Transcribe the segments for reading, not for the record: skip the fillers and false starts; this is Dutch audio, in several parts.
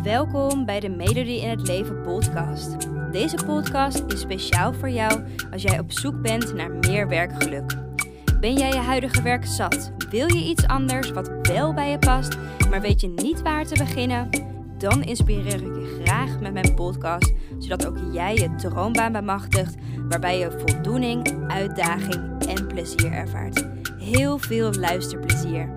Welkom bij de Melodie in het Leven podcast. Deze podcast is speciaal voor jou als jij op zoek bent naar meer werkgeluk. Ben jij je huidige werk zat? Wil je iets anders wat wel bij je past, maar weet je niet waar te beginnen? Dan inspireer ik je graag met mijn podcast, zodat ook jij je droombaan bemachtigt, waarbij je voldoening, uitdaging en plezier ervaart. Heel veel luisterplezier.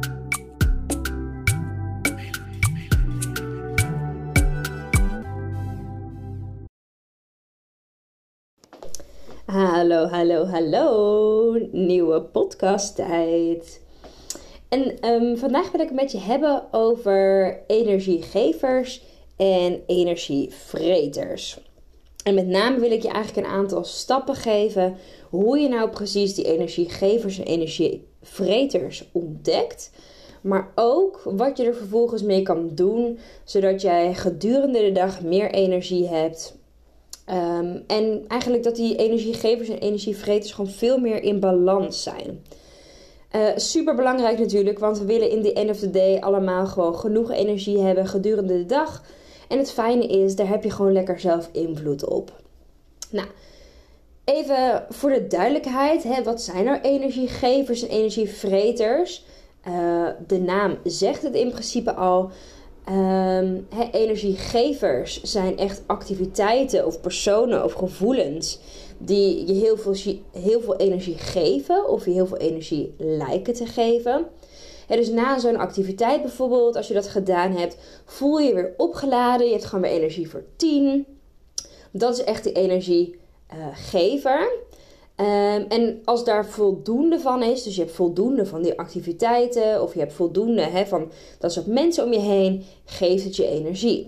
Hallo. Nieuwe podcasttijd. En vandaag wil ik het met je hebben over energiegevers en energievreters. En met name wil ik je eigenlijk een aantal stappen geven hoe je nou precies die energiegevers en energievreters ontdekt. Maar ook wat je er vervolgens mee kan doen, zodat jij gedurende de dag meer energie hebt. En eigenlijk dat die energiegevers en energievreters gewoon veel meer in balans zijn. Super belangrijk natuurlijk, want we willen in the end of the day allemaal gewoon genoeg energie hebben gedurende de dag. En het fijne is, daar heb je gewoon lekker zelf invloed op. Nou, even voor de duidelijkheid, wat zijn nou energiegevers en energievreters? De naam zegt het in principe al. Energiegevers zijn echt activiteiten of personen of gevoelens die je heel veel energie geven of je heel veel energie lijken te geven. Dus na zo'n activiteit bijvoorbeeld, als je dat gedaan hebt, voel je je weer opgeladen. Je hebt gewoon weer energie voor 10. Dat is echt de energiegever. En als daar voldoende van is, dus je hebt voldoende van die activiteiten of je hebt voldoende van dat soort mensen om je heen, geeft het je energie.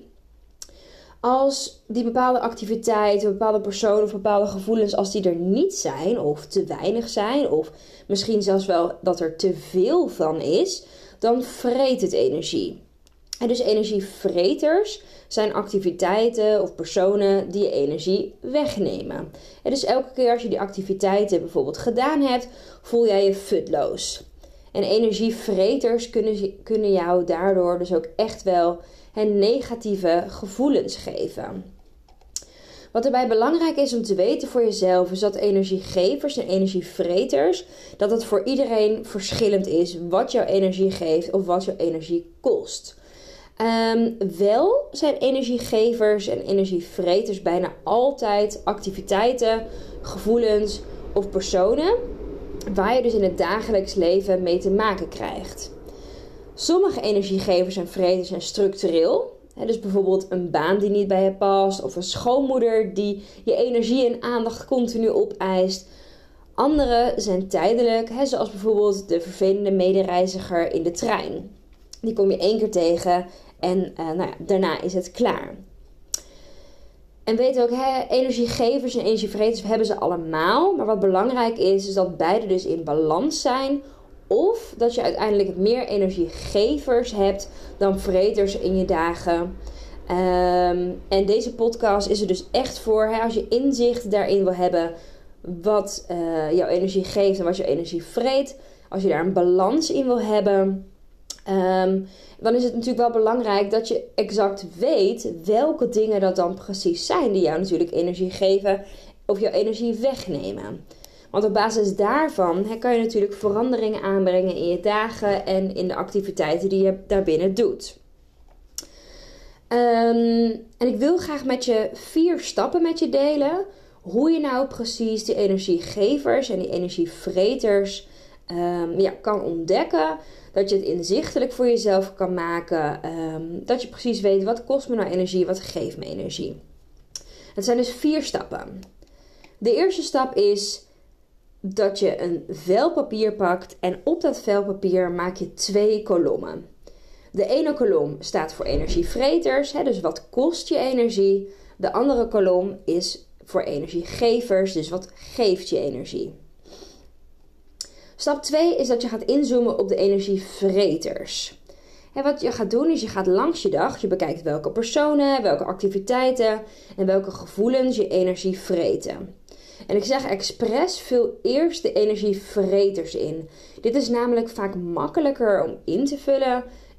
Als die bepaalde activiteit, een bepaalde persoon of bepaalde gevoelens, als die er niet zijn of te weinig zijn of misschien zelfs wel dat er te veel van is, dan vreet het energie. En dus energievreters zijn activiteiten of personen die je energie wegnemen. En dus elke keer als je die activiteiten bijvoorbeeld gedaan hebt, voel jij je futloos. En energievreters kunnen jou daardoor dus ook echt wel negatieve gevoelens geven. Wat erbij belangrijk is om te weten voor jezelf, is dat energiegevers en energievreters, dat het voor iedereen verschillend is wat jouw energie geeft of wat jouw energie kost. Wel zijn energiegevers en energievreters bijna altijd activiteiten, gevoelens of personen waar je dus in het dagelijks leven mee te maken krijgt. Sommige energiegevers en vreters zijn structureel. Dus bijvoorbeeld een baan die niet bij je past of een schoonmoeder die je energie en aandacht continu opeist. Andere zijn tijdelijk, zoals bijvoorbeeld de vervelende medereiziger in de trein. Die kom je 1 keer tegen en daarna is het klaar. En weet ook, energiegevers en energievreters hebben ze allemaal. Maar wat belangrijk is dat beide dus in balans zijn. Of dat je uiteindelijk meer energiegevers hebt dan vreters in je dagen. En deze podcast is er dus echt voor. Als je inzicht daarin wil hebben wat jouw energie geeft en wat jouw energie vreet. Als je daar een balans in wil hebben. Dan is het natuurlijk wel belangrijk dat je exact weet welke dingen dat dan precies zijn die jou natuurlijk energie geven of jouw energie wegnemen. Want op basis daarvan kan je natuurlijk veranderingen aanbrengen in je dagen en in de activiteiten die je daarbinnen doet. En ik wil graag met je 4 stappen met je delen hoe je nou precies die energiegevers en die energievreters kan ontdekken. Dat je het inzichtelijk voor jezelf kan maken. Dat je precies weet wat kost me nou energie, wat geeft me energie. Het zijn dus 4 stappen. De eerste stap is dat je een vel papier pakt en op dat vel papier maak je 2 kolommen. De ene kolom staat voor energievreters, dus wat kost je energie. De andere kolom is voor energiegevers, dus wat geeft je energie. Stap 2 is dat je gaat inzoomen op de energievreters. En wat je gaat doen is je gaat langs je dag, je bekijkt welke personen, welke activiteiten en welke gevoelens je energie vreten. En ik zeg expres, vul eerst de energievreters in. Dit is namelijk vaak makkelijker om in te vullen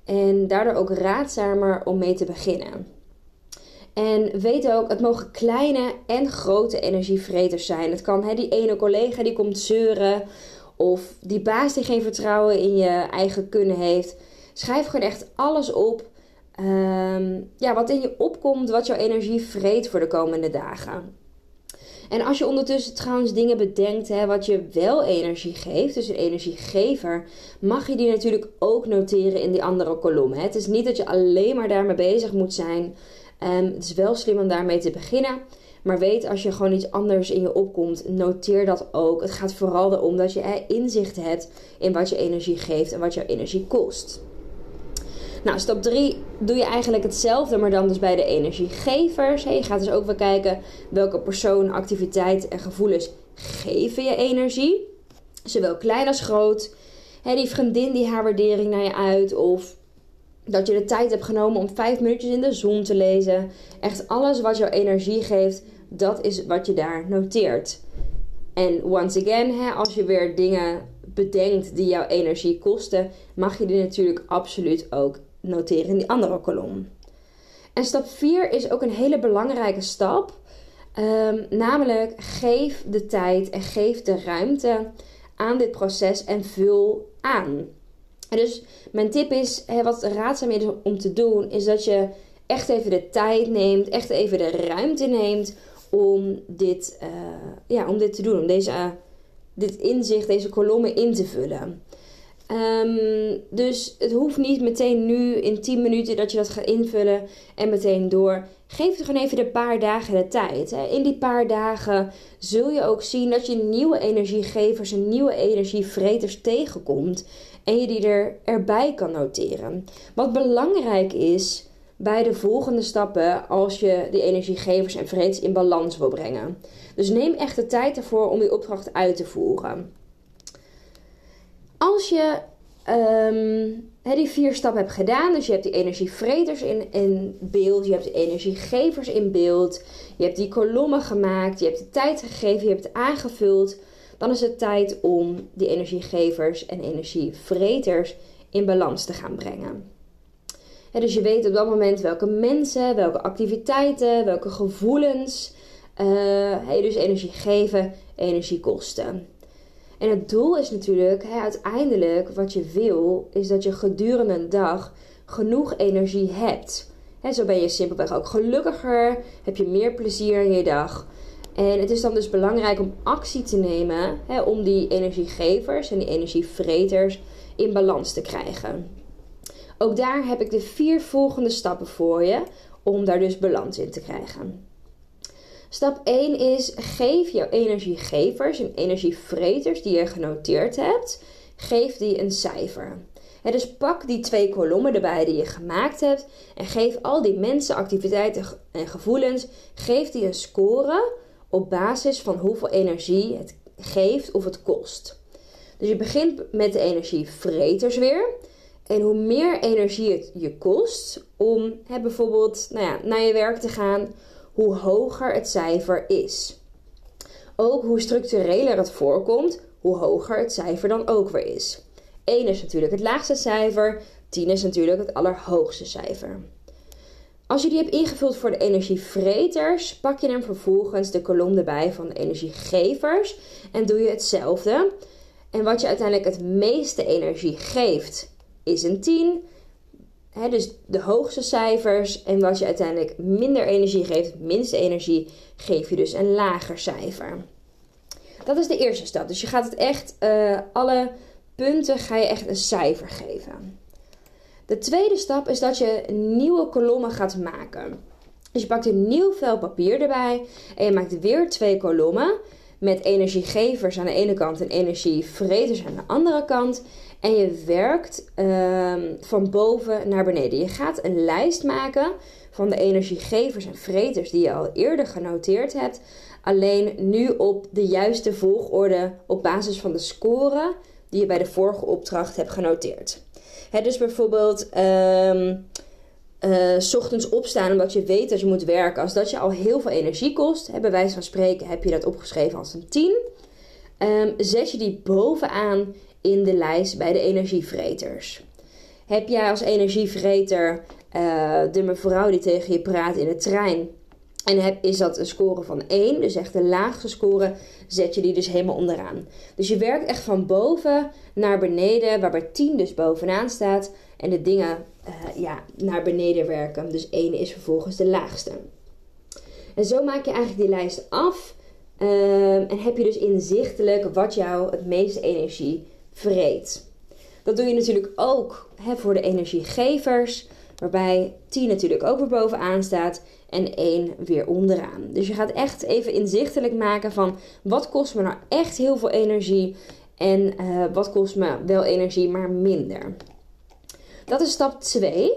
En daardoor ook raadzamer om mee te beginnen. En weet ook, het mogen kleine en grote energievreters zijn. Het kan die ene collega die komt zeuren. Of die baas die geen vertrouwen in je eigen kunnen heeft. Schrijf gewoon echt alles op. Wat in je opkomt, wat jouw energie vreet voor de komende dagen. En als je ondertussen trouwens dingen bedenkt wat je wel energie geeft, dus een energiegever, mag je die natuurlijk ook noteren in die andere kolom. Het is niet dat je alleen maar daarmee bezig moet zijn. Het is wel slim om daarmee te beginnen. Maar weet, als je gewoon iets anders in je opkomt, noteer dat ook. Het gaat vooral erom dat je inzicht hebt in wat je energie geeft en wat jouw energie kost. Nou, stap 3 doe je eigenlijk hetzelfde, maar dan dus bij de energiegevers. Je gaat dus ook weer kijken welke persoon, activiteit en gevoelens geven je energie. Zowel klein als groot. Die vriendin die haar waardering naar je uit. Of dat je de tijd hebt genomen om 5 minuutjes in de zon te lezen. Echt alles wat jouw energie geeft, dat is wat je daar noteert. En once again, als je weer dingen bedenkt die jouw energie kosten, mag je die natuurlijk absoluut ook noteren in die andere kolom. En stap 4 is ook een hele belangrijke stap. Namelijk, geef de tijd en geef de ruimte aan dit proces en vul aan. En dus mijn tip is, wat raadzaam is om te doen, is dat je echt even de tijd neemt, echt even de ruimte neemt om dit te doen. Om dit inzicht, deze kolommen in te vullen. Dus het hoeft niet meteen nu in 10 minuten dat je dat gaat invullen en meteen door. Geef er gewoon even een paar dagen de tijd. In die paar dagen zul je ook zien dat je nieuwe energiegevers en nieuwe energievreters tegenkomt. En je die erbij kan noteren. Wat belangrijk is bij de volgende stappen als je die energiegevers en vreters in balans wil brengen. Dus neem echt de tijd ervoor om die opdracht uit te voeren. Als je die 4 stappen hebt gedaan, dus je hebt die energievreters in beeld, je hebt de energiegevers in beeld, je hebt die kolommen gemaakt, je hebt de tijd gegeven, je hebt het aangevuld, dan is het tijd om die energiegevers en energievreters in balans te gaan brengen. Dus je weet op dat moment welke mensen, welke activiteiten, welke gevoelens dus energie geven, energie kosten. En het doel is natuurlijk, uiteindelijk wat je wil, is dat je gedurende een dag genoeg energie hebt. Zo ben je simpelweg ook gelukkiger, heb je meer plezier in je dag. En het is dan dus belangrijk om actie te nemen om die energiegevers en die energievreters in balans te krijgen. Ook daar heb ik de 4 volgende stappen voor je om daar dus balans in te krijgen. Stap 1 is, geef jouw energiegevers en energievreters die je genoteerd hebt, geef die een cijfer. Dus pak die 2 kolommen erbij die je gemaakt hebt en geef al die mensen, activiteiten en gevoelens, geef die een score op basis van hoeveel energie het geeft of het kost. Dus je begint met de energievreters weer. En hoe meer energie het je kost om bijvoorbeeld naar je werk te gaan, hoe hoger het cijfer is. Ook hoe structureler het voorkomt, hoe hoger het cijfer dan ook weer is. 1 is natuurlijk het laagste cijfer, 10 is natuurlijk het allerhoogste cijfer. Als je die hebt ingevuld voor de energievreters, pak je dan vervolgens de kolom erbij van de energiegevers en doe je hetzelfde. En wat je uiteindelijk het meeste energie geeft, is een 10. Dus de hoogste cijfers. En wat je uiteindelijk minder energie geeft, het minste energie, geef je dus een lager cijfer. Dat is de eerste stap. Dus je gaat het echt, alle punten ga je echt een cijfer geven. De tweede stap is dat je nieuwe kolommen gaat maken. Dus je pakt een nieuw vel papier erbij en je maakt weer 2 kolommen met energiegevers aan de ene kant en energievreters aan de andere kant. En je werkt van boven naar beneden. Je gaat een lijst maken van de energiegevers en vreters die je al eerder genoteerd hebt. Alleen nu op de juiste volgorde op basis van de score die je bij de vorige opdracht hebt genoteerd. Dus bijvoorbeeld 's ochtends opstaan omdat je weet dat je moet werken. Als dat je al heel veel energie kost, bij wijze van spreken heb je dat opgeschreven als een 10. Zet je die bovenaan in de lijst bij de energievreters. Heb jij als energievreter de mevrouw die tegen je praat in de trein en is dat een score van 1, dus echt de laagste score, zet je die dus helemaal onderaan. Dus je werkt echt van boven naar beneden, waarbij 10 dus bovenaan staat en de dingen naar beneden werken. Dus 1 is vervolgens de laagste. En zo maak je eigenlijk die lijst af en heb je dus inzichtelijk wat jou het meeste energie vreet. Dat doe je natuurlijk ook voor de energiegevers, waarbij 10 natuurlijk ook weer bovenaan staat en 1 weer onderaan. Dus je gaat echt even inzichtelijk maken van wat kost me nou echt heel veel energie en wat kost me wel energie, maar minder. Dat is stap 2.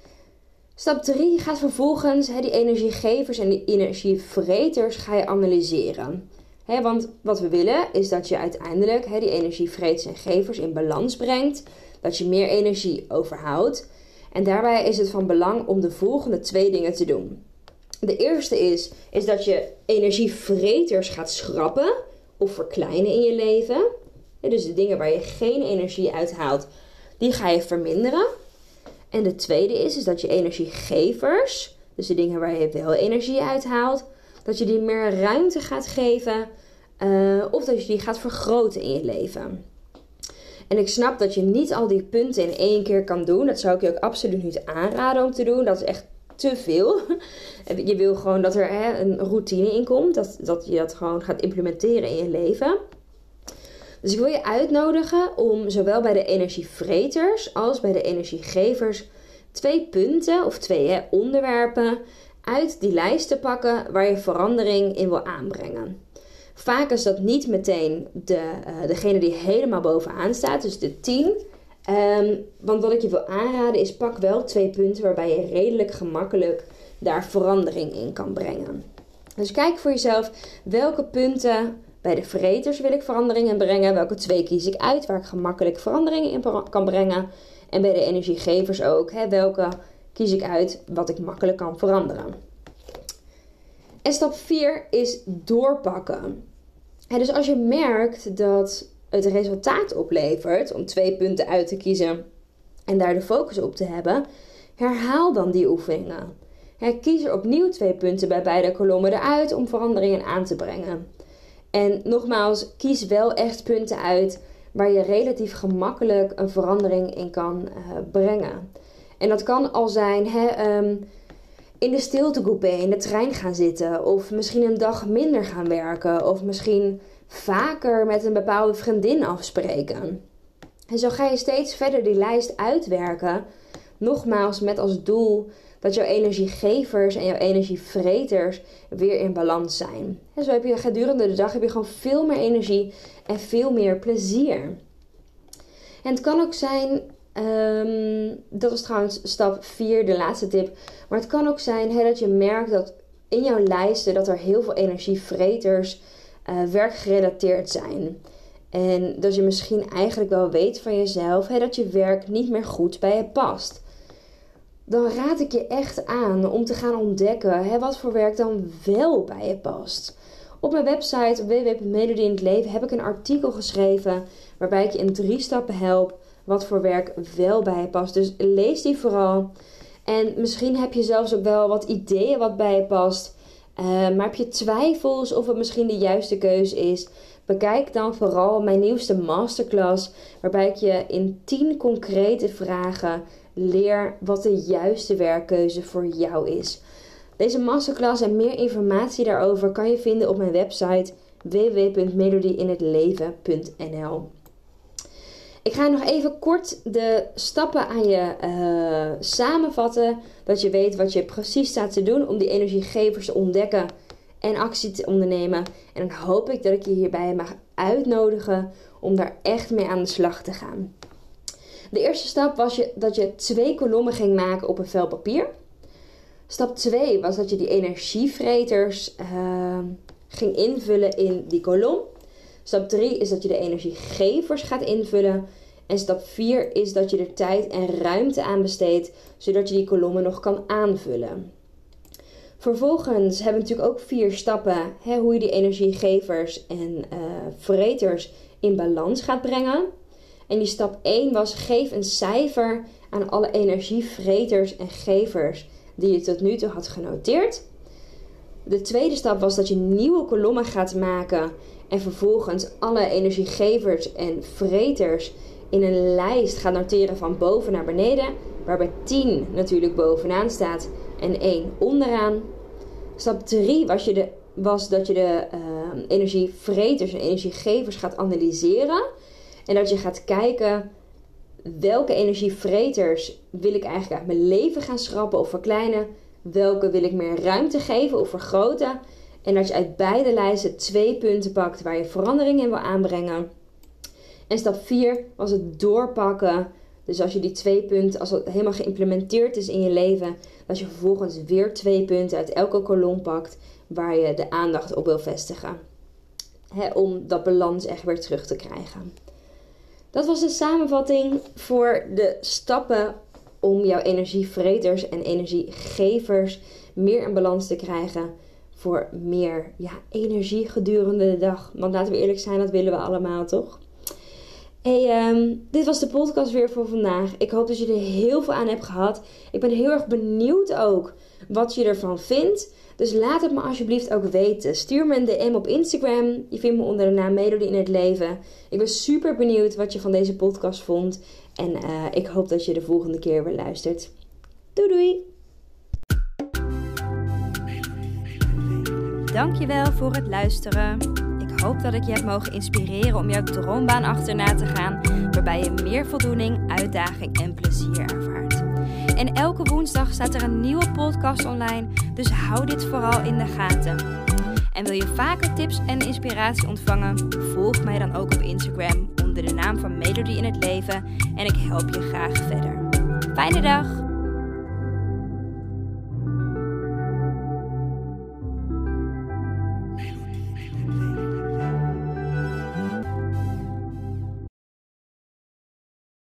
Stap 3 gaat vervolgens die energiegevers en die energievreters ga je analyseren. Want wat we willen is dat je uiteindelijk die energievreters en gevers in balans brengt. Dat je meer energie overhoudt. En daarbij is het van belang om de volgende 2 dingen te doen. De eerste is dat je energievreters gaat schrappen of verkleinen in je leven. Dus de dingen waar je geen energie uithaalt, die ga je verminderen. En de tweede is dat je energiegevers, dus de dingen waar je wel energie uithaalt, dat je die meer ruimte gaat geven of dat je die gaat vergroten in je leven. En ik snap dat je niet al die punten in 1 keer kan doen. Dat zou ik je ook absoluut niet aanraden om te doen. Dat is echt te veel. Je wil gewoon dat er een routine in komt. Dat je dat gewoon gaat implementeren in je leven. Dus ik wil je uitnodigen om zowel bij de energievreters als bij de energiegevers 2 punten of 2 onderwerpen uit die lijst te pakken waar je verandering in wil aanbrengen. Vaak is dat niet meteen degene die helemaal bovenaan staat, dus de 10. Want wat ik je wil aanraden is pak wel 2 punten waarbij je redelijk gemakkelijk daar verandering in kan brengen. Dus kijk voor jezelf welke punten bij de vreters wil ik verandering in brengen. Welke 2 kies ik uit waar ik gemakkelijk verandering in kan brengen. En bij de energiegevers ook. Welke kies ik uit wat ik makkelijk kan veranderen. En stap 4 is doorpakken. Dus als je merkt dat het resultaat oplevert om 2 punten uit te kiezen en daar de focus op te hebben, herhaal dan die oefeningen. Kies er opnieuw 2 punten bij beide kolommen eruit om veranderingen aan te brengen. En nogmaals, kies wel echt punten uit waar je relatief gemakkelijk een verandering in kan brengen. En dat kan al zijn in de stiltecoupé in de trein gaan zitten. Of misschien een dag minder gaan werken. Of misschien vaker met een bepaalde vriendin afspreken. En zo ga je steeds verder die lijst uitwerken. Nogmaals met als doel dat jouw energiegevers en jouw energievreters weer in balans zijn. En zo heb je gedurende de dag gewoon veel meer energie en veel meer plezier. En het kan ook zijn, dat is trouwens stap 4, de laatste tip. Maar het kan ook zijn dat je merkt dat in jouw lijsten dat er heel veel energievreters werkgerelateerd zijn. En dat je misschien eigenlijk wel weet van jezelf dat je werk niet meer goed bij je past. Dan raad ik je echt aan om te gaan ontdekken wat voor werk dan wel bij je past. Op mijn website www.melodie in het leven heb ik een artikel geschreven waarbij ik je in 3 stappen help wat voor werk wel bij je past. Dus lees die vooral. En misschien heb je zelfs ook wel wat ideeën wat bij je past. Maar heb je twijfels of het misschien de juiste keuze is? Bekijk dan vooral mijn nieuwste masterclass waarbij ik je in 10 concrete vragen leer wat de juiste werkkeuze voor jou is. Deze masterclass en meer informatie daarover kan je vinden op mijn website www.melodieinhetleven.nl. Ik ga nog even kort de stappen aan je samenvatten, dat je weet wat je precies staat te doen om die energiegevers te ontdekken en actie te ondernemen. En dan hoop ik dat ik je hierbij mag uitnodigen om daar echt mee aan de slag te gaan. De eerste stap was dat je 2 kolommen ging maken op een vel papier. Stap 2 was dat je die energievreters ging invullen in die kolom. Stap 3 is dat je de energiegevers gaat invullen. En stap 4 is dat je er tijd en ruimte aan besteedt, zodat je die kolommen nog kan aanvullen. Vervolgens hebben we natuurlijk ook 4 stappen hoe je die energiegevers en vreters in balans gaat brengen. En die stap 1 was: geef een cijfer aan alle energievreters en gevers die je tot nu toe had genoteerd. De tweede stap was dat je nieuwe kolommen gaat maken en vervolgens alle energiegevers en vreters in een lijst gaat noteren van boven naar beneden, waarbij 10 natuurlijk bovenaan staat en 1 onderaan. Stap 3 was dat je de energievreters en energiegevers gaat analyseren en dat je gaat kijken: welke energievreters wil ik eigenlijk uit mijn leven gaan schrappen of verkleinen? Welke wil ik meer ruimte geven of vergroten? En dat je uit beide lijsten 2 punten pakt waar je verandering in wil aanbrengen. En stap 4 was het doorpakken. Dus als je die 2 punten, als het helemaal geïmplementeerd is in je leven, dat je vervolgens weer 2 punten uit elke kolom pakt waar je de aandacht op wil vestigen. Om dat balans echt weer terug te krijgen. Dat was de samenvatting voor de stappen om jouw energievreters en energiegevers meer in balans te krijgen voor meer energie gedurende de dag. Want laten we eerlijk zijn, dat willen we allemaal, toch? Hey, dit was de podcast weer voor vandaag. Ik hoop dat je er heel veel aan hebt gehad. Ik ben heel erg benieuwd ook wat je ervan vindt. Dus laat het me alsjeblieft ook weten. Stuur me een DM op Instagram. Je vindt me onder de naam Melody in het Leven. Ik ben super benieuwd wat je van deze podcast vond. En ik hoop dat je de volgende keer weer luistert. Doei doei! Dankjewel voor het luisteren. Ik hoop dat ik je heb mogen inspireren om jouw droombaan achterna te gaan, waarbij je meer voldoening, uitdaging en plezier ervaart. En elke woensdag staat er een nieuwe podcast online, dus hou dit vooral in de gaten. En wil je vaker tips en inspiratie ontvangen? Volg mij dan ook op Instagram onder de naam van Melody in het Leven en ik help je graag verder. Fijne dag!